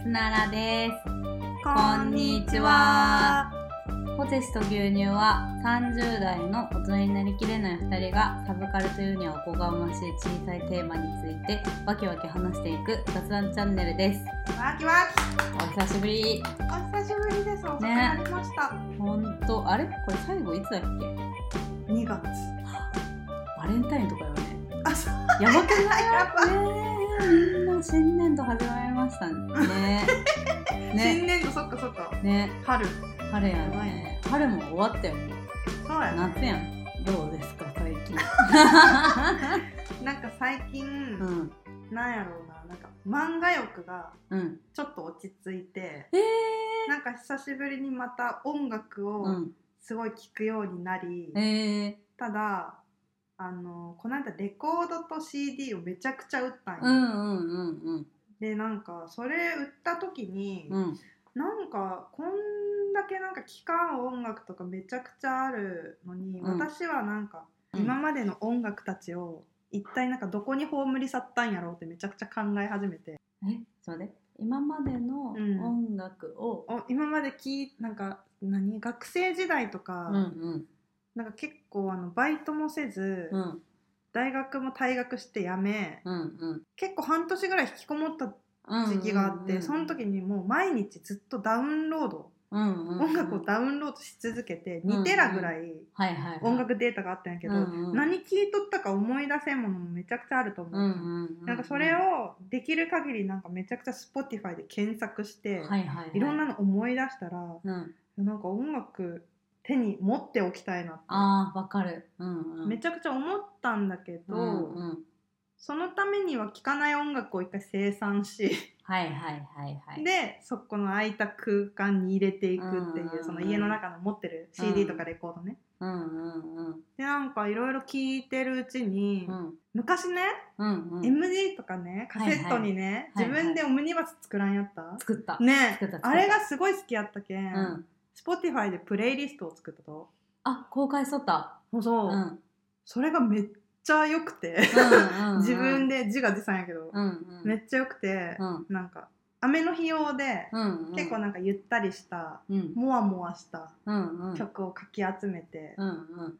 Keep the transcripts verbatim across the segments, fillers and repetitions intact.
ならです。 こんにちは。 ポテチと牛乳はさんじゅう代の大人になりきれないふたりがサブカルというにはおこがましい小さいテーマについてわきわき話していく雑談チャンネルです。 わきわき。 お久しぶり。 お久しぶりです。遅くなりました。 ほんと、あれこれ最後いつだっけ？ にがつ。 バレンタインとかよね。 あ、そう。 やばくない？ やばい。 ね、みんな新年度始まりましたね。 ね新年度、そっかそっか。 ね。 春。 春やね。春も終わったよ。 そうやね。 夏やん。どうですか最近？ なんか最近、うん、なんやろうな、なんか漫画欲がちょっと落ち着いて、うん、えー、なんか久しぶりにまた音楽をすごい聴くようになり、うん、えー、ただあのこの間レコードと シーディー をめちゃくちゃ売ったんよ。うんうんうんうん、でなんかそれ売った時に、うん、なんかこんだけなんか聴かん音楽とかめちゃくちゃあるのに、うん、私はなんか今までの音楽たちを一体なんかどこに葬り去ったんやろうってめちゃくちゃ考え始めて。 え、それ今までの音楽を、 うん、今まで聴いなんか何学生時代とか、うんうん、なんか結構あのバイトもせず、うん、大学も退学して辞め、うんうん、結構半年ぐらい引きこもった時期があって、うんうんうんうん、その時にもう毎日ずっとダウンロード、うんうんうん、音楽をダウンロードし続けてにテラぐらい音楽データがあったんやけど、うんうん、何聴いとったか思い出せんものもめちゃくちゃあると思う、うんうんうん、なんかそれをできる限りなんかめちゃくちゃ Spotify で検索して、はいはいはい、いろんなの思い出したら、うん、なんか音楽手に持っておきたいなって、 あーわかる、うんうん、 めちゃくちゃ思ったんだけど、うんうん、そのためには聴かない音楽を一回生産しはいはいはいはい、 でそこの空いた空間に入れていくっていう、うんうんうん、その家の中の持ってる シーディー とかレコードね、うんうんうん、でなんかいろいろ聴いてるうちに、うん、昔ね、うんうん、エムディー とかねカセットにね、はいはい、自分でオムニバス作らんやった、 作ったね、 作った作った、 あれがすごい好きやったけん、うん、Spotify でプレイリストを作ったと。 あ、公開しとった。 そう、うん、それがめっちゃ良くて、うんうんうん、自分で自画自賛やけど、うんうん、めっちゃ良くて、うん、なんか雨の日用で、うんうん、結構なんかゆったりした、うん、もわもわした曲をかき集めて、うんうん、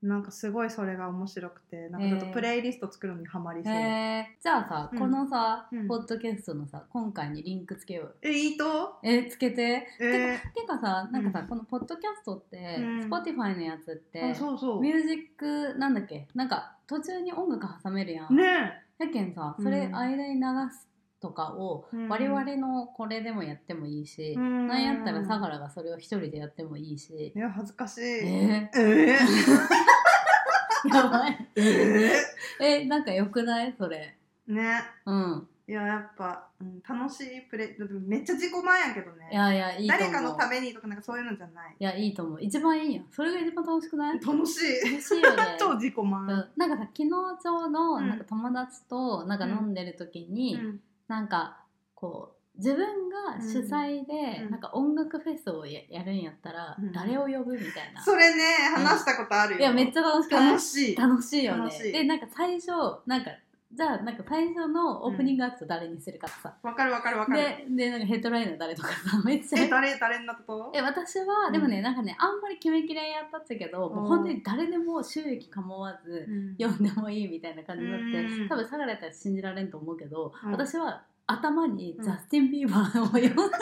なんかすごいそれが面白くて、なんかちょっとプレイリスト作るのにハマりそう。 えー、じゃあさ、うん、このさ、うん、ポッドキャストのさ今回にリンクつけよう。 え、いいと？ え、つけて。えー、てか、てかさ、なんかさ、うん、このポッドキャストって、うん、Spotify のやつって、 そうそうミュージックなんだっけ、なんか途中に音楽挟めるやん。 ねえ。やけんさ、それ間に流すとかを我々のこれでもやってもいいし、うん、なんやったら相良がそれを一人でやってもいいし。 いや恥ずかしい。 えー、 えー、やばい。 えー、 え、なんかよくないそれ。 ね。 うん。 いややっぱ、うん、楽しいプレイ、めっちゃ自己満やけどね。 いやいやいいと思う。 誰かのためにとかなんかそういうのじゃない。 いやいいと思う。一番いいやん。それが一番楽しくない？ 楽しい。 楽しいよね。 超自己満。 なんかさ、昨日ちょうどなんか友達となんか飲んでる時に、うん、なんかこう自分が主催で、うん、なんか音楽フェスを や, やるんやったら、うん、誰を呼ぶみたいな。 それね話したことあるよ。 いやめっちゃ楽しくない？ 楽しい。 楽しいよね。でなんか最初なんかじゃあなんか最初のオープニングアクト誰にするかさ。 わ、うん、かるわかるわかる。 ででなんかヘッドライナー誰とかさめっちゃ。 え誰誰になったと？ え私は、うん、でもねなんかねあんまり決めきれんやったっちゃけど、もう本当に誰でも収益構わず、うん、呼んでもいいみたいな感じになって、うん、多分相良やったら信じられんと思うけど、うん、私は頭にジャスティン・ビーバーを呼んで、うん、うわ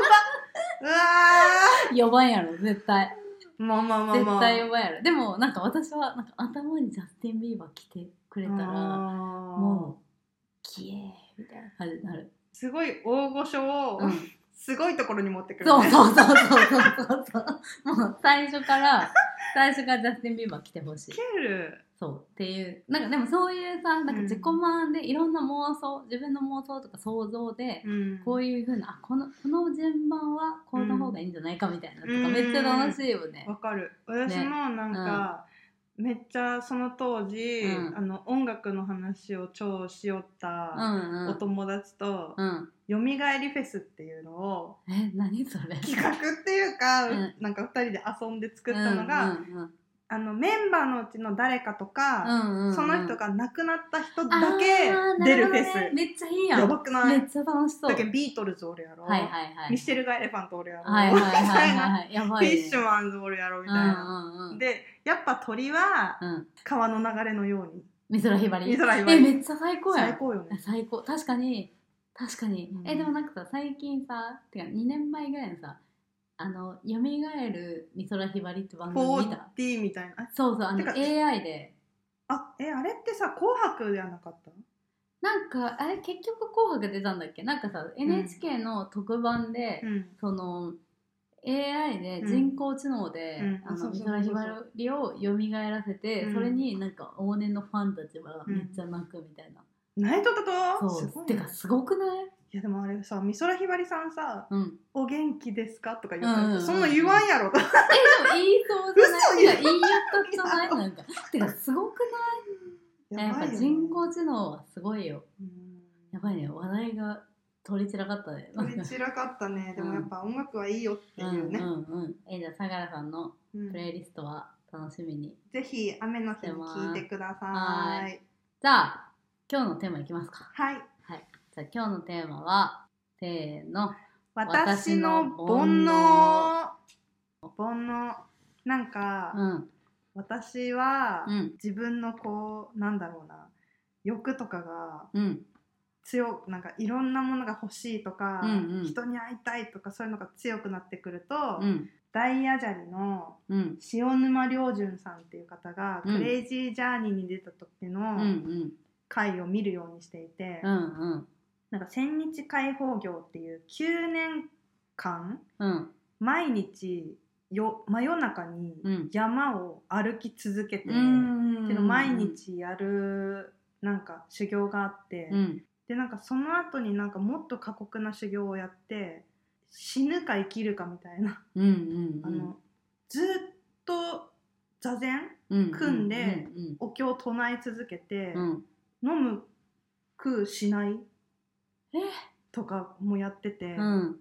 呼ばんやろ絶対。 まあまあまあまあ絶対呼ばんやろ。でもなんか私はなんか頭にジャスティン・ビーバー来てくれたらもうキエーみたいな感じになる。 すごい大御所を、うん、すごいところに持ってくる、 ね、そうそうそうそうそうそうもう最初から最初からジャスティン・ビーバー来てほしい。 ケルそうっていうなんかでもそういうさなんか自己満でいろんな妄想、自分の妄想とか想像で、うん、こういう風なあこのこの順番はこの方がいいんじゃないかみたいなとか、うん、めっちゃ楽しいよね。 わかる。私もなんか、ね、うん、めっちゃその当時、うん、あの音楽の話を超しよったお友達と、うんうんよみがえりフェスっていうのをえ何それ企画っていうか、うん、なんかふたりで遊んで作ったのが、うんうんうん、 あのメンバーのうちの誰かとか、うんうんうん、その人が亡くなった人だけ出るフェス、 ね、めっちゃいいやん。 やばくない？ めっちゃ楽しそう。 だけどビートルズおるやろ、 はいはいはい、 ミシェルガ・エレファントおるやろ、 はいはいはいはい、やばい、ね、 フィッシュマンズおるやろみたいな、うんうんうん、でやっぱ鳥は川の流れのように、 美空ひばり、 美空ひばり、 えめっちゃ最高やん。 最高よね。 最高。確かに確かに、うん、えでもなんかさ最近さてかにねんまえぐらいのさあの蘇る美空ひばりって番組見た？フォーティーみたいな。 そうそう、あの エーアイ で。 あえあれってさ紅白ではなかった？ なんかあれ結局紅白出たんだっけ？なんかさ エヌエイチケー の特番で、うん、その エーアイ で人工知能で、うん、あの美空ひばりを蘇らせて、うん、それになんか往年のファンたちはめっちゃ泣くみたいな。 泣いとったと？ そう。てかすごくない？ いやでもあれさ美空ひばりさんさ、うん、お元気ですかとか言ったら、うんうんうん、そんな言わんやろ。えでも言いそうじゃない？言い言ったじゃない？なんかてかすごくない？やっぱ人工知能はすごいよ。うん、やばいね、話題が取り散らかったね。 取り散らかったね。でもやっぱ音楽はいいよっていうね。 うんうんうん。えじゃあ相良さんのプレイリストは楽しみに。 ぜひ雨の日に聞いてください。 はいじゃあ今日のテーマいきますか。 はい。 はい。じゃあ今日のテーマはせーの。 私の煩悩。煩悩。なんか、うん、私は、うん、自分のこうなんだろうな欲とかが、うん、強なんかいろんなものが欲しいとか、うんうん、人に会いたいとかそういうのが強くなってくると、うん、大ヤジャリの塩沼良純さんっていう方が、うん、クレイジージャーニーに出た時の回を見るようにしていて、うんうん、なんか千日解放業っていうきゅうねんかん、うん、毎日よ真夜中に山を歩き続けて、うん、けど毎日やるなんか修行があって、うん、でなんかその後になんかもっと過酷な修行をやって死ぬか生きるかみたいな、うんうんうん、あのずっと座禅組んでお経を唱え続けて、うん、飲む食うしないとかもやってて、うん、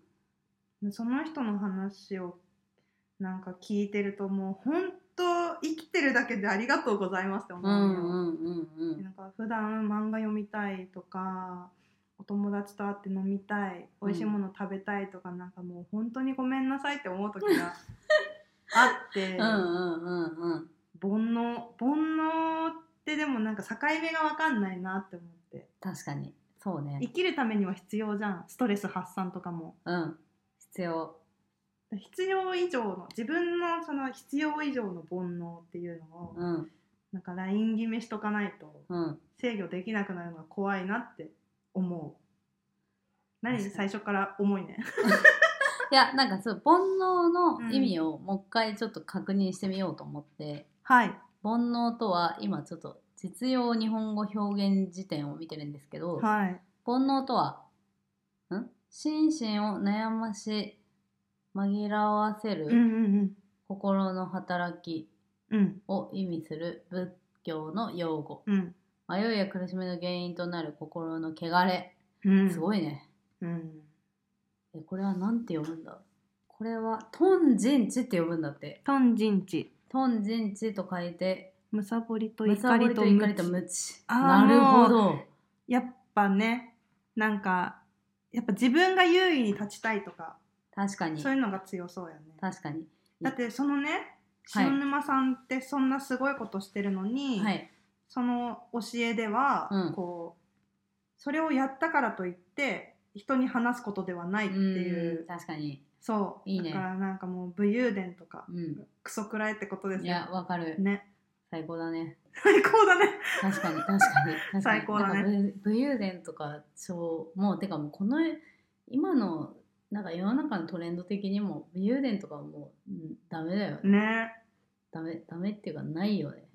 その人の話をなんか聞いてるともう本当生きてるだけでありがとうございますって思うよ、うんうんうんうん、なんか普段漫画読みたいとかお友達と会って飲みたい美味しいもの食べたいとか、うん、なんかもう本当にごめんなさいって思う時があってうんうんうん、うん、煩悩煩悩ってでもなんか境目が分かんないなって思って。 確かにそうね。 生きるためには必要じゃん、ストレス発散とかも。 うん必要。 必要以上の自分のその必要以上の煩悩っていうのを、うん、なんかライン決めしとかないと、うん、制御できなくなるのが怖いなって思う。何最初から重いねいやなんかそう煩悩の意味をもう一回ちょっと確認してみようと思って、うん、はい。煩悩とは今ちょっと実用日本語表現辞典を見てるんですけど、はい、煩悩とはん心身を悩まし紛らわせる心の働きを意味する仏教の用語、うん、迷いや苦しみの原因となる心の汚れ、うん、すごいね、うん、えこれはなんて読むんだ。これはトンジンチって読むんだって。 トンジンチトンジンチと書いてむさぼりと怒りと無知。 なるほど。 やっぱねなんかやっぱ自分が優位に立ちたいとか確かにそういうのが強そうやね。 確かに。 だってそのね塩沼さんってそんなすごいことしてるのに、はい、その教えでは、うん、こうそれをやったからといって人に話すことではないっていう。 うん確かにそういいね。だからなんかもう武勇伝とか、うん、クソくらいってことですよ。 いやわかるね。最高だね。 最高だね。 確かに確かに確かに最高だね。 武勇伝とかそうもうてかもうこの今のなんか世の中のトレンド的にも武勇伝とかもう、うん、ダメだよね。ね。ダメダメっていうかないよね。うん。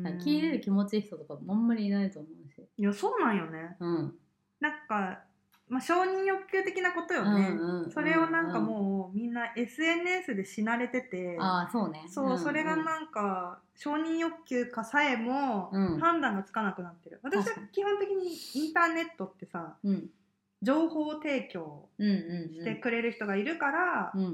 聞いてる気持ちいい人とかもあんまりいないと思うし。 いやそうなんよね。うん。なんかまあ承認欲求的なことよね。うんうんうん、それをなんかもうみんな エスエヌエス で死なれてて。 ああそうね。 そう、うんうん、それがなんか承認欲求かさえも判断がつかなくなってる。うん、私は基本的にインターネットってさ。うん情報提供してくれる人がいるから、うん、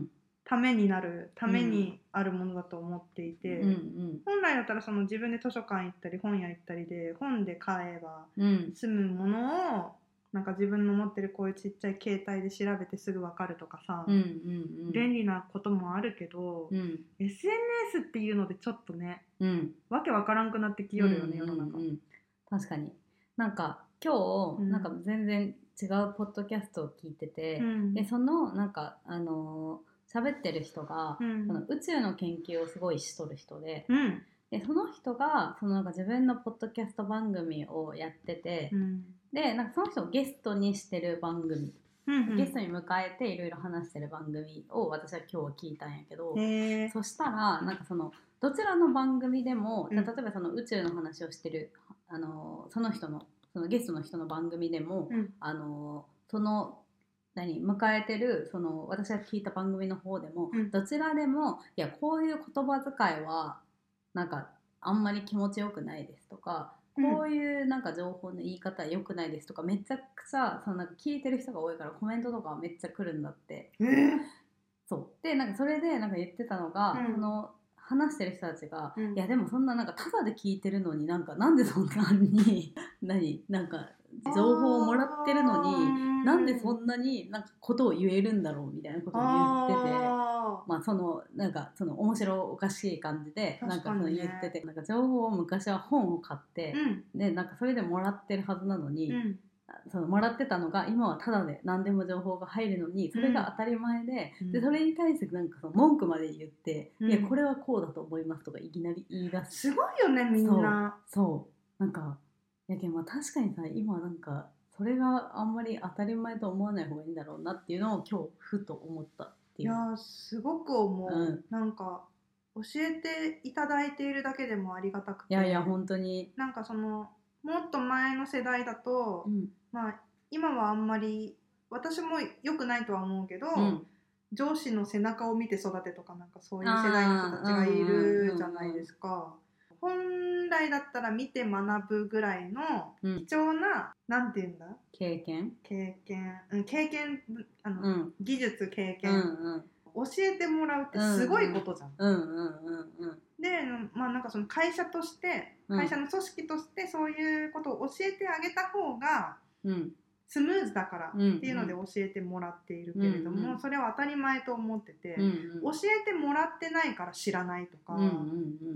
ためになるためにあるものだと思っていて、うんうん、本来だったらその自分で図書館行ったり本屋行ったりで本で買えば済むものを、なんか自分の持ってるこういうちっちゃい携帯で調べてすぐ分かるとかさ、うんうんうん、便利なこともあるけど、うん、エスエヌエス っていうのでちょっとね、うん、わけわからんくなってきよるよね、うんうんうん、世の中。 確かに。なんか今日、うん、なんか全然違うポッドキャストを聞いてて、うん、でそのなんかあのー、喋ってる人が、うん、その宇宙の研究をすごいしとる人で、うん、でその人がそのなんか自分のポッドキャスト番組をやってて、うん、でなんかその人をゲストにしてる番組、うんうん、ゲストに迎えていろいろ話してる番組を私は今日聞いたんやけど、そしたらなんかそのどちらの番組でも、例えばその宇宙の話をしてるあのその人のそのゲストの人の番組でも、うん、あのその何迎えてるその私が聞いた番組の方でも、うん、どちらでもいやこういう言葉遣いはなんかあんまり気持ちよくないですとか、こういうなんか情報の言い方良くないですとか、めちゃくちゃそのなんか聞いてる人が多いからコメントとかめっちゃ来るんだって。えー、そうでなんかそれでなんか言ってたのが、うん、その話してる人たちが、うん、いやでもそんななんかタダで聞いてるのになんかなんでそんなに何なんか情報をもらってるのになんでそんなになんかことを言えるんだろうみたいなことを言ってて、あ、まあそのなんかその面白おかしい感じでなんかその言ってて、なんか情報を昔は本を買って、うん、でなんかそれでもらってるはずなのに、うん、そのもらってたのが今はタダで何でも情報が入るのにそれが当たり前で、うん、でそれに対してなんかその文句まで言って、うん、いやこれはこうだと思いますとかいきなり言い出す。 すごいよねみんな。 そうそうなんかやけんまあ確かにさ今なんかそれがあんまり当たり前と思わない方がいいんだろうなっていうのを今日ふと思ったっていう。 いやすごく思う、うん、なんか教えていただいているだけでもありがたくて、 いやいや本当になんかそのもっと前の世代だと、うん、まあ今はあんまり私も良くないとは思うけど、うん、上司の背中を見て育てとかなんかそういう世代の人たちがいるじゃないですか。本来だったら見て学ぶぐらいの貴重な、うん、なんていうんだ経験経験、うん、経験あの、うん、技術経験、うんうん、教えてもらうってすごいことじゃん。で、まあなんかその会社として会社の組織としてそういうことを教えてあげた方が、うんスムーズだからっていうので教えてもらっているけれども、うんうん、それは当たり前と思ってて、うんうん、教えてもらってないから知らないとか、うんうんうん、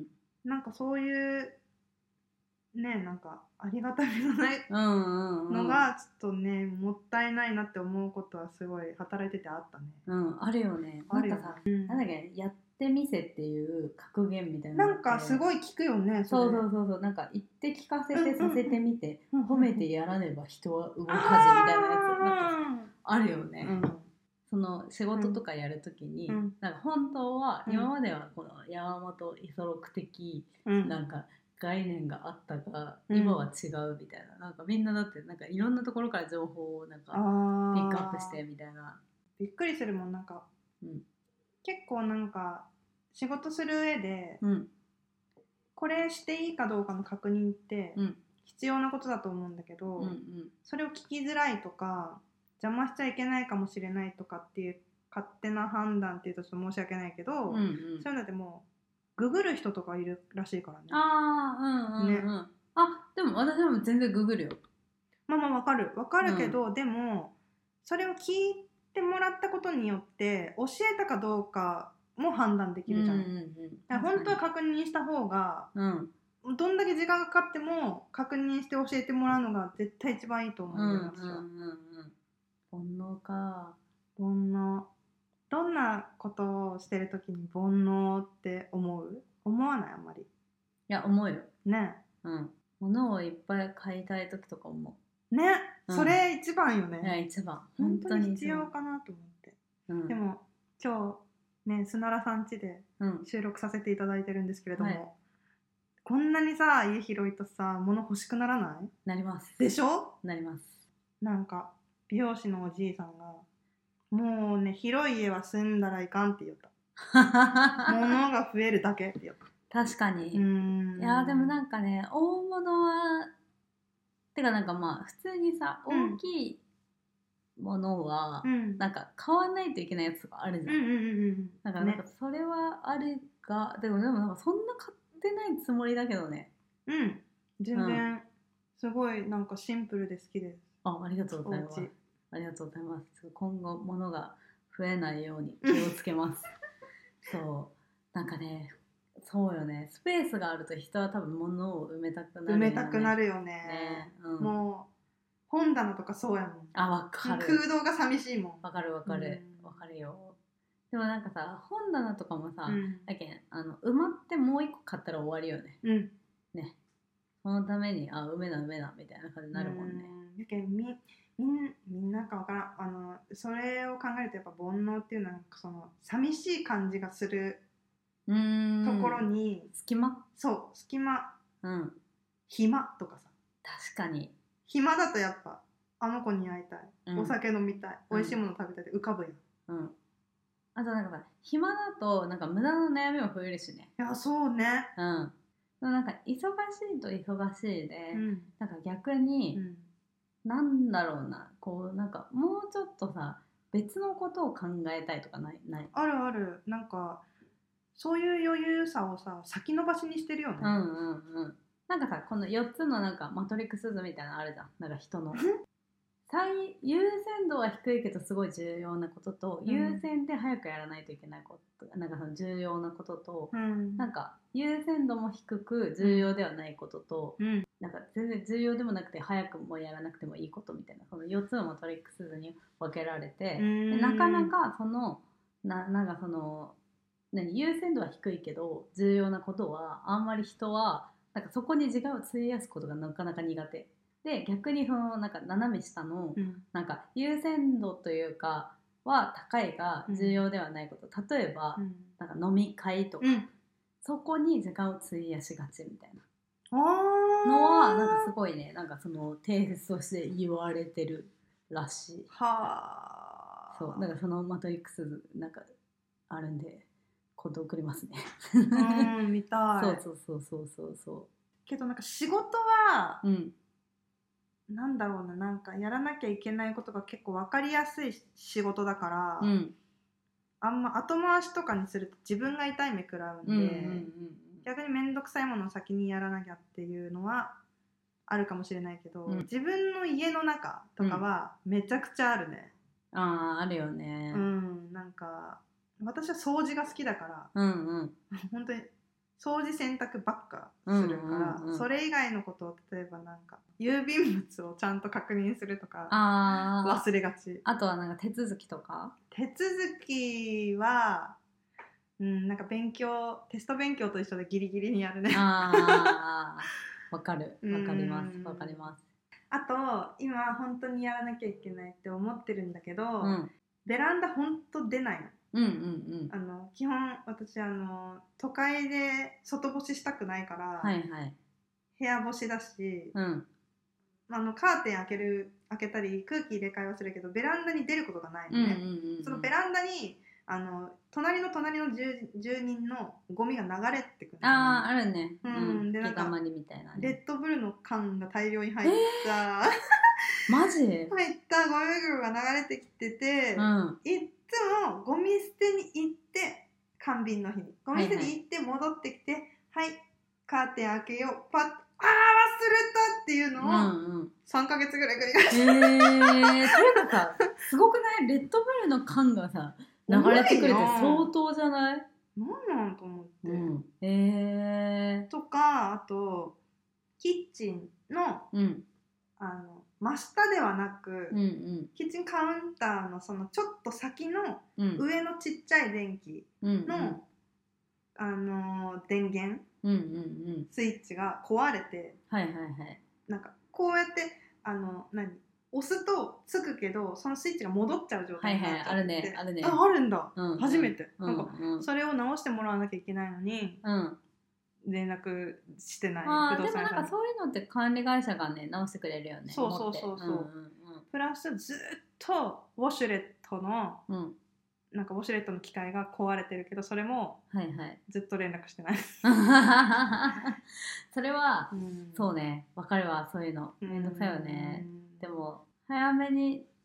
なんかそういうねなんかありがたみのないのがちょっとねもったいないなって思うことはすごい働いててあったね。 うん、あるよね。なんかさ、うん、なんだっけやってみせっていう格言みたいななんかすごい聞くよね。 それそうそうそうそうなんか言って聞かせてさせてみて、うんうん、褒めてやらねば人は動かずみたいなやつなんかあるよね。うん、その仕事とかやるときに、うん、なんか本当は今まではこの山本五十六的なんか概念があったが、うん、今は違うみたいな、なんかみんなだってなんかいろんなところから情報をなんかピックアップしてみたいな。 びっくりするもんなんか、うん、結構なんか仕事する上で、うん、これしていいかどうかの確認って必要なことだと思うんだけど、うんうん、それを聞きづらいとか邪魔しちゃいけないかもしれないとかっていう勝手な判断っていうとちょっと申し訳ないけど、うんうん、そういうのでもうググる人とかいるらしいからね。 ああうんうんうん、ね、あでも私も全然ググるよ。 まあまあわかるわかるけど、うん、でもそれを聞いてもらったことによって教えたかどうかも判断できるじゃん、うんうんうん、だから本当は確認した方が、うん、どんだけ時間がかかっても確認して教えてもらうのが絶対一番いいと思うんだよ、私は。 煩悩か。 煩悩どんなことをしてるときに煩悩って思う？思わないあんまり。いや思うよね。 うん。物をいっぱい買いたいときとか思うね、うん、それ一番よね。 いや一番本当に必要かなと思って、うん、でも今日ねすならさん家で収録させていただいてるんですけれども、うんはい、こんなにさ家広いとさ物欲しくならない？ なりますでしょ？ なります。 なんか美容師のおじいさんがもうね広い家は住んだらいかんって言った物が増えるだけって言った。 確かに。うーんいやでもなんかね大物はてかなんかまあ普通にさ、うん、大きいものは、 うん、 なんか買わないといけないやつとかあるじゃん。 うんうんうんうん、 だからなんかそれはあるが、ね、でもでもなんかそんな買ってないつもりだけどね。 うん全然、うん、すごいなんかシンプルで好きです。 あ、ありがとうございます。ありがとうございます。今後物が増えないように気をつけます。そうなんかね、そうよね。スペースがあると人は多分物を埋めたくなるよね。 埋めたくなるよね。 ね、うん、 もう本棚とかそうやもん。 あ、わかる。 空洞が寂しいもん。 わかるわかるわかるよ。でもなんかさ、本棚とかもさ、うん、だけんあの埋まってもう一個買ったら終わりよね。 うん。 ね。そのためにあ埋めな埋めなみたいな感じになるもんね。 うんだけどみみんみんなかわからん、あのそれを考えるとやっぱ煩悩っていうのはその寂しい感じがするところに隙間そう隙間、 うん、 暇とかさ確かに暇だとやっぱあの子に会いたい、うん、お酒飲みたい、美味しいもの食べたいって浮かぶよ、 うん、あとなんかさ暇だとなんか無駄な悩みも増えるしね。 いやそうね、 うん、なんか忙しいと忙しいで、うん、なんか逆に、うん、なんだろうなこうなんかもうちょっとさ別のことを考えたいとかないないあるあるなんかそういう余裕さをさ先延ばしにしてるよね。 うんうんうん。なんかさこのよっつのなんかマトリックス図みたいなのあるじゃん。なんか人の最優先度は低いけどすごい重要なことと、うん、優先で早くやらないといけないことなんかその重要なことと、うん、なんか優先度も低く重要ではないことと、うん、なんか全然重要でもなくて早くもやらなくてもいいことみたいなそのよっつのマトリックス図に分けられて、うん、でなかなかそのななんかその何優先度は低いけど重要なことはあんまり人はなんかそこに時間を費やすことがなかなか苦手で、逆にそのなんか斜め下のなんか優先度というかは高いが重要ではないこと、例えばなんか飲み会とか、うん、そこに時間を費やしがちみたいなのはなんかすごいねなんかその提出として言われてるらしい。はあ。そうなんかそのマトリックスなんかあるんで今度送りますね。 うん見たい。そうそうそうそうそう。 けどなんか仕事は、うん、なんだろうななんかやらなきゃいけないことが結構分かりやすい仕事だから、うん、あんま後回しとかにすると自分が痛い目食らうんで、うんうんうん、逆に面倒くさいものを先にやらなきゃっていうのはあるかもしれないけど、うん、自分の家の中とかはめちゃくちゃあるね。 うん、あああるよね。 うんなんか私は掃除が好きだから、 うんうん、 本当に掃除洗濯ばっかするから、うんうんうん、それ以外のことを例えばなんか郵便物をちゃんと確認するとか忘れがち。 あとはなんか手続きとか手続きは、うん、なんか勉強テスト勉強と一緒でギリギリにやるね。 あわかるわかりますわかります。 あと今本当にやらなきゃいけないって思ってるんだけど、うん、ベランダ本当出ないの。 うんうんうん、 あの基本私あの都会で外干ししたくないから、 はいはい、 部屋干しだし、うん、あのカーテン開ける開けたり空気入れ替えはするけどベランダに出ることがないのね、うんうんうんうん、そのベランダにあの隣の隣の 住, 住人のゴミが流れてくる、ね、 あああるね、 うん、でなんかみたいな、ね、 レッドブルの缶が大量に入った、 えー、マジ入ったゴミ袋が流れてきてて、うん、いつもゴミ捨てに行って乾便の日にゴミ捨てに行って戻ってきて、はい、はい、カーテン開けようパッあー忘れたっていうのをさんかげつぐらい繰り返して、うんうん、 えー、というかさすごくないレッドブルの缶がさ流れてくるって相当じゃない？ なんなんと思って、うん、 えー、 とかあとキッチンの、うん、あの真下ではなく、うんうん、キッチンカウンターのそのちょっと先の上のちっちゃい電気の、うんうん、あのー、電源、うんうんうん、スイッチが壊れて、 はいはいはい、 なんかこうやってあの何押すとつくけどそのスイッチが戻っちゃう状態になっちゃって、はいはい、あるねあるねああるんだ、うんうん、初めて、うんうん、なんかそれを直してもらわなきゃいけないのに、うん連絡してない。 あでもなんかそういうのって管理会社がね直してくれるよね。 そうそうそうそう、うんうんうん、プラスずっとウォシュレットの、うん、なんかウォシュレットの機械が壊れてるけどそれもずっと連絡してない、 はいはい、それは、うん、そうねわかるわそういうのめんどくさいよね、うん、でも早めに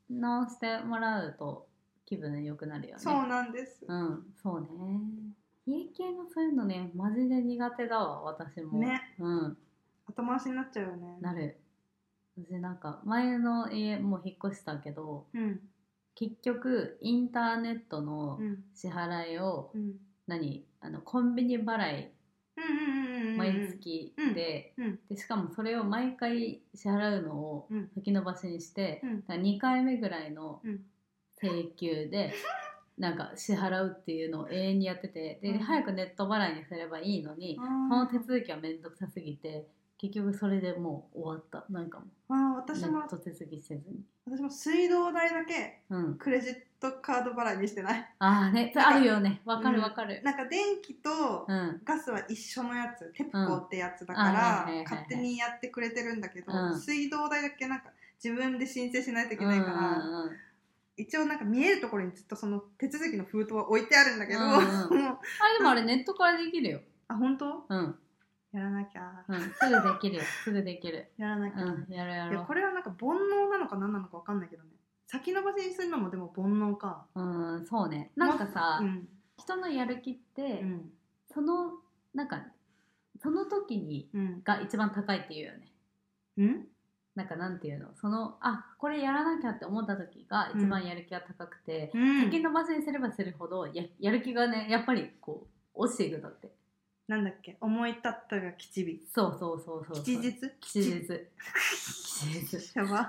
直してもらうと気分良くなるよね。 そうなんです。 うんそうね。家系のそういうのねマジで苦手だわ私も。 ね。 うん後回しになっちゃうよね。 なる。私なんか前の家もう引っ越したけど、 うん、 結局インターネットの支払いを、うん、何あのコンビニ払い毎月で、うんうん、でしかもそれを毎回支払うのを先延ばしにして、うん、だからにかいめぐらいの請求でなんか支払うっていうのを永遠にやってて、で、うん、早くネット払いにすればいいのに、その手続きはめんどくさすぎて結局それでもう終わった。なんかもあ私もネット手続きせずに。 私も水道代だけクレジットカード払いにしてない、うん、 ああね、あるよね。わかるわかる、 うん、なんか電気とガスは一緒のやつ、うん、テプコってやつだから、うん、勝手にやってくれてるんだけど、うん、水道代だけなんか自分で申請しないといけないから、うんうん、一応なんか見えるところにずっとその手続きの封筒は置いてあるんだけど、うんうん、あれでもあれネットからできるよ。 あ、本当？ うんやらなきゃ、 うん、すぐできるよ。すぐできる。 やらなきゃ、 うん、やるやる。 いやこれはなんか煩悩なのか何なのか分かんないけどね。先延ばしにするのもでも煩悩か。 うんそうね。なんかさ、うん、人のやる気って、うん、そのなんかその時に、うん、が一番高いっていうよね。うんなんかなんていうのそのあこれやらなきゃって思った時が一番やる気が高くて、うん、先延ばしにすればするほど や, やる気がねやっぱりこう落ちていくだって。 なんだっけ思い立ったが吉日。 そうそうそうそう。 吉日吉日吉日やば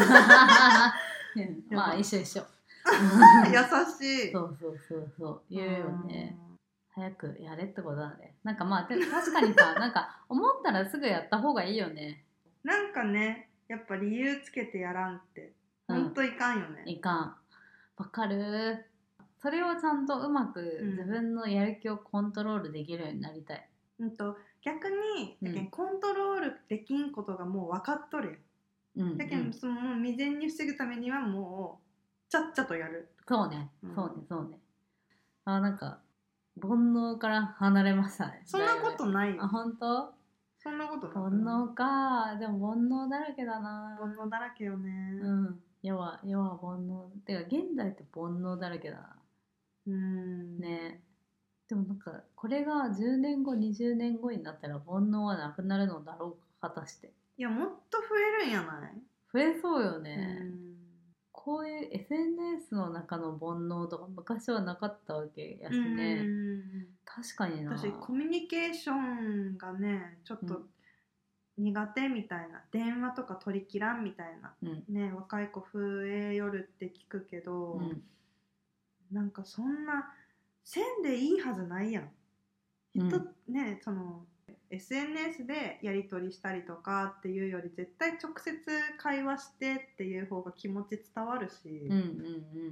まあ一緒一緒優しい。 そうそうそうそう言うよね。早くやれってことだね。なんかまあ確かにさなんか思ったらすぐやった方がいいよね。 なんかねやっぱ理由つけてやらんってほんといかんよね、 うん、いかん。わかる。それをちゃんとうまく自分のやる気をコントロールできるようになりたい。 うんと逆に、うん、コントロールできんことがもう分かっとるよ、うんうん、だけどそのもう未然に防ぐためにはもうちゃっちゃとやる。 そうね、うん、そうねそうね。あなんか煩悩から離れましたね。 そんなことないよ。 あ本当？ そんなことない。 煩悩か。でも煩悩だらけだな。 煩悩だらけよね。 うん世は世は煩悩てか現代って煩悩だらけだな。うんね。でもなんかこれがじゅうねんごにじゅうねんごになったら煩悩はなくなるのだろうか果たして。 いやもっと増えるんやない？ 増えそうよね。うんこういう エスエヌエス の中の煩悩とか昔はなかったわけやしね。うん確かにな。 私コミュニケーションがねちょっと苦手みたいな、うん、電話とか取り切らんみたいな、うん、ね若い子増えよるって聞くけど、うん、なんかそんなせんでいいはずないやん。人、うん、ねその エスエヌエス でやり取りしたりとかっていうより絶対直接会話してっていう方が気持ち伝わるし、うんうんうん、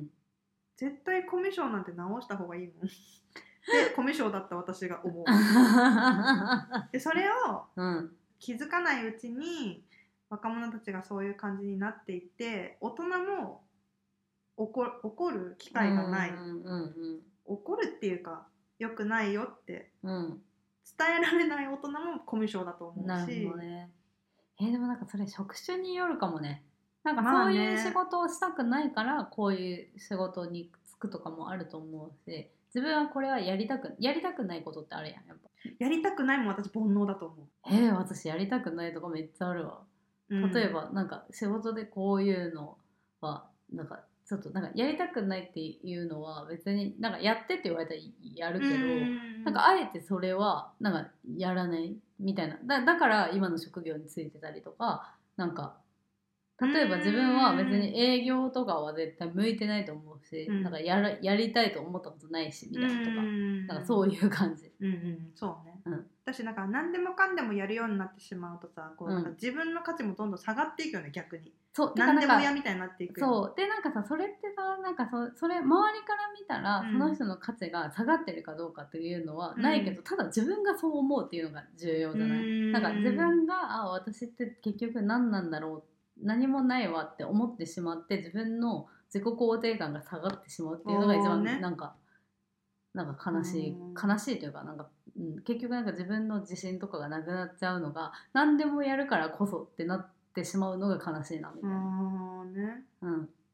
絶対コミュ障なんて直した方がいいもんでコミュ障だった私が思うでそれを気づかないうちに若者たちがそういう感じになっていって大人も怒る、怒る機会がない、うんうんうん、怒るっていうか良くないよって、うん伝えられない大人もコミュ障だと思うし。なるほどね。 えー、でもなんかそれ職種によるかもね。なんかそういう仕事をしたくないからこういう仕事に就くとかもあると思うし、自分はこれはやりたくやりたくないことってあるやんやっぱ。 やりたくないも私煩悩だと思う。 えー、私やりたくないとかめっちゃあるわ。うん、例えばなんか仕事でこういうのはなんかちょっとなんかやりたくないっていうのは別になんかやってって言われたらやるけど、なんかあえてそれはなんかやらないみたいな。だだから今の職業についてたりとか、なんか例えば自分は別に営業とかは絶対向いてないと思うし、うん、なんかやらやりたいと思ったことないしみたいなとか、なんかそういう感じ。 うんうん、そうね。うん、私なんか何でもかんでもやるようになってしまうとさ、こうなんか自分の価値もどんどん下がっていくよね逆に。そう何でも嫌みたいになっていくよ。 そうでなんかさそれってさなんか そ, それ周りから見たら、うん、その人の価値が下がってるかどうかっていうのはないけど、うん、ただ自分がそう思うっていうのが重要じゃない。なんか自分があ私って結局何なんだろう何もないわって思ってしまって自分の自己肯定感が下がってしまうっていうのが一番、ね、なんかなんか悲しい悲しいというかなんか、うん、結局なんか自分の自信とかがなくなっちゃうのが何でもやるからこそってなってしまうのが悲しいなみたいな。 あーね、 うん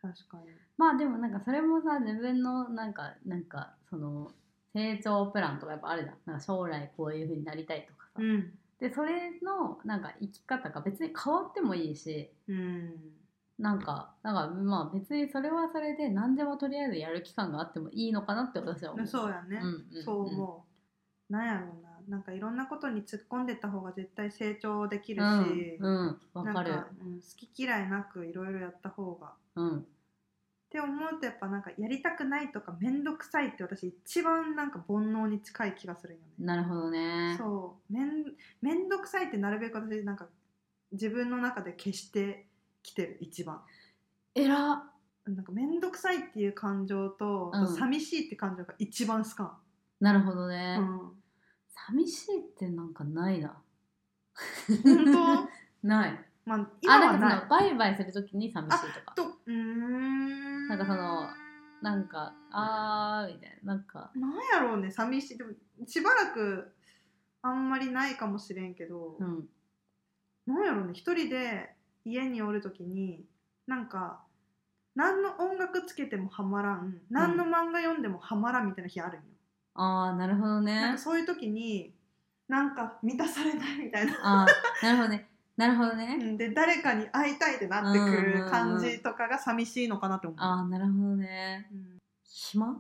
確かに。 まあでもなんかそれもさ、自分のなんかなんかその成長プランとかやっぱあるじゃん。なんか将来こういう風になりたいとかさ、うん、でそれのなんか生き方が別に変わってもいいし、うん、なんかなんかまあ別にそれはそれで何でもとりあえずやる期間があってもいいのかなって私は思う。 そうやね、うんうん、そう思う。なんやろうな、なんかいろんなことに突っ込んでた方が絶対成長できるし、うん、うん、わかる。なんか、うん、好き嫌いなくいろいろやった方が、うん、って思うとやっぱなんかやりたくないとかめんどくさいって私一番なんか煩悩に近い気がするよね。 なるほどね。 そうめんめんどくさいってなるべく私なんか自分の中で消してきてる一番。 えら。 なんかめんどくさいっていう感情と、うん、寂しいって感情が一番好かん。 なるほどね。うん、寂しいってなんかないな。 本当？ ない。まあ、今はない。あ、なんかそのバイバイするときに寂しいとか。とうーん。なんかそのなんかあーみたいな、なんかなんやろうね、寂しい。でもしばらくあんまりないかもしれんけど、うん、なんやろうね、一人で家におるときになんか何の音楽つけてもハマらん、何の漫画読んでもハマらんみたいな日あるんよ。 うん、ああ、なるほどね。 なんかそういう時になんか満たされないみたいな。 ああ、なるほどね。なるほどね。 で誰かに会いたいってなってくる感じとかが寂しいのかなって思う。 ああ、なるほどね。うん、暇？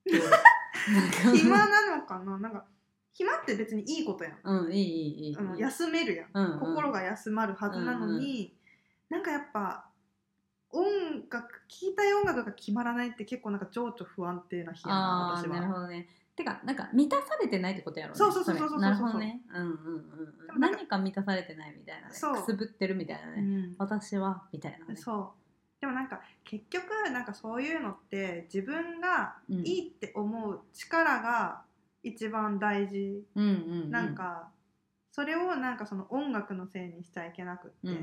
暇なのかな。なんか暇って別にいいことやん。 うん、いいいいいい。 うん、休めるやん、うんうん。心が休まるはずなのに、うんうん、なんかやっぱ音楽聴いたい音楽が決まらないって結構なんか情緒不安定な日やな。 あ、私は。なるほどね。てかなんか満たされてないってことやろね。そうそうそうそうそうそう。なるほどね。うんうんうんうん。何か満たされてないみたいなね。くすぶってるみたいなね。うん、私はみたいなね。 そう。でもなんか結局なんかそういうのって自分がいいって思う力が一番大事。うんうんうん、なんかそれをなんかその音楽のせいにしちゃいけなくって、うんうん、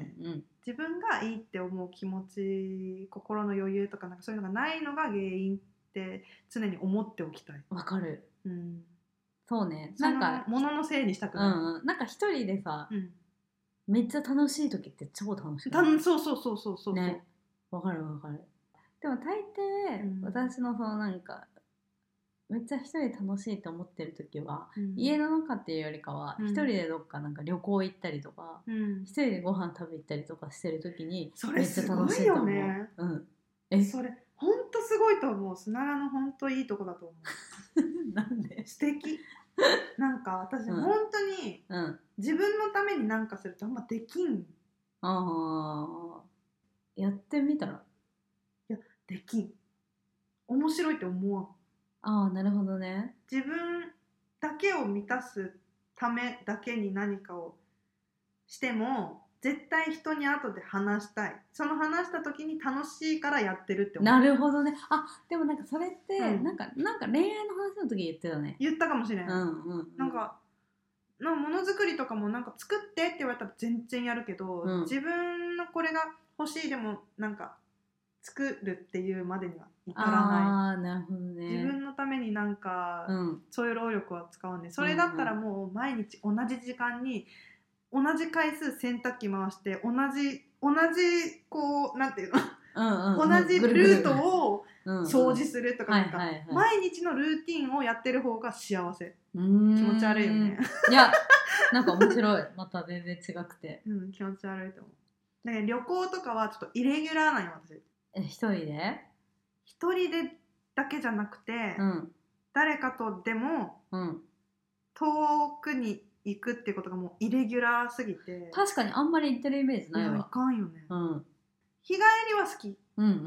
自分がいいって思う気持ち、心の余裕とかなんかそういうのがないのが原因って常に思っておきたい。 わかる。うん、そうね。なんか物のせいにしたくない。 うんうん、なんか一人でさ、うん、めっちゃ楽しい時って超楽しい。 そうそうそうそうそうそう。 ね。わかるわかる。でも大抵、うん、私のそのなんかめっちゃ一人で楽しいと思ってる時は、うん、家の中っていうよりかは、うん、一人でどっかなんか旅行行ったりとか、うん、一人でご飯食べ行ったりとかしてる時にめっちゃ楽しいと思う。それすごいよね。うん。 え、それほんとすごいと思う。すならのほんといいとこだと思う。なんで？ 素敵。なんか私、うん、本当に、うん、自分のために何かするとあんまできん。 ああ。やってみたら？ いや、できん。面白いって思わん。 ああ、なるほどね。 自分だけを満たすためだけに何かをしても絶対人に後で話したい。その話した時に楽しいからやってるって思う。 なるほどね。あ、でもなんかそれって、うん、なんかなんか恋愛の話の時言ってたね。 言ったかもしれない。うんうんうん、なんかのものづくりとかもなんか作ってって言われたら全然やるけど、うん、自分のこれが欲しいでもなんか作るっていうまでには至らない。 あー、なるほどね。 自分のためになんか、うん、そういう労力は使わんね。それだったらもう毎日同じ時間に同じ回数洗濯機回して同じ同じこうなんていうの、うんうん、同じルートを掃除するとかなんか毎日のルーティンをやってる方が幸せ。気持ち悪いよね。 いやなんか面白い。また全然違くて、 うん、気持ち悪いと思う。だから旅行とかはちょっとイレギュラーなんよ私。 え、一人で？ 一人でだけじゃなくて、うん、誰かとでも、うん、遠くに行くっていうことがもうイレギュラーすぎて。 確かにあんまり行ってるイメージないわ。いや、 いかんよね、うん、日帰りは好き、うんうんうん、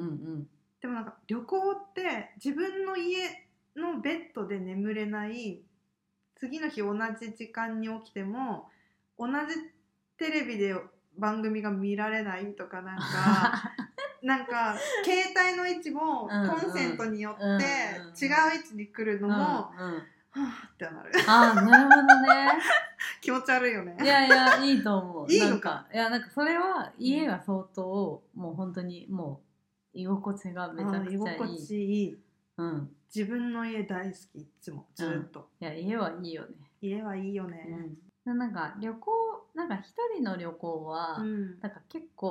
でもなんか旅行って自分の家のベッドで眠れない、次の日同じ時間に起きても同じテレビで番組が見られないとかなんかなんか携帯の位置もコンセントによって違う位置に来るのも、うんうん、はぁってなる。 あー、なるほどね。 気持ち悪いよね。 いやいや、いいと思う。 いいのか。 いや、なんかそれは家が相当、うん、もう本当にもう居心地がめちゃくちゃいい。居心地いい。うん。自分の家大好き、いつもずっと、 うん、いや、家はいいよね。 家はいいよね。 うん、なんか旅行、なんか一人の旅行は、うん、なんか結構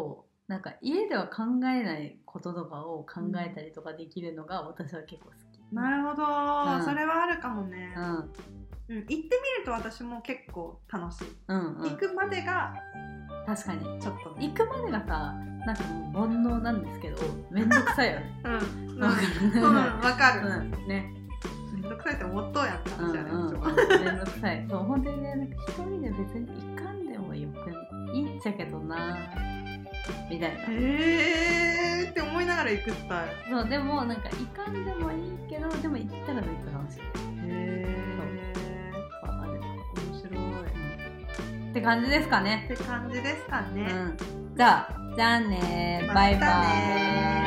なんか家では考えないこととかを考えたりとかできるのが私は結構好き、 うん、なるほど、うん、それはあるかもね、 うんうん、行ってみると私も結構楽しい、 うんうん、 行くまでが確かにちょっと、 ね、行くまでがさなんかもう煩悩なんですけどめんどくさいよねうんうんわ、うん、かる、 うん、ねめんどくさいって思っとうやんって話やね、うんうん、めんどくさいそう本当にねなんか一人で別に行かんでもよくいいっちゃけどなみたいなへーって思いながら行くスタイルそうでもなんか行かんでもいいけどでも行ったらめっちゃ楽しいへーそうあれ面白い、 うん、って感じですかねって感じですかね、 うん、じゃあじゃあねバイバイ。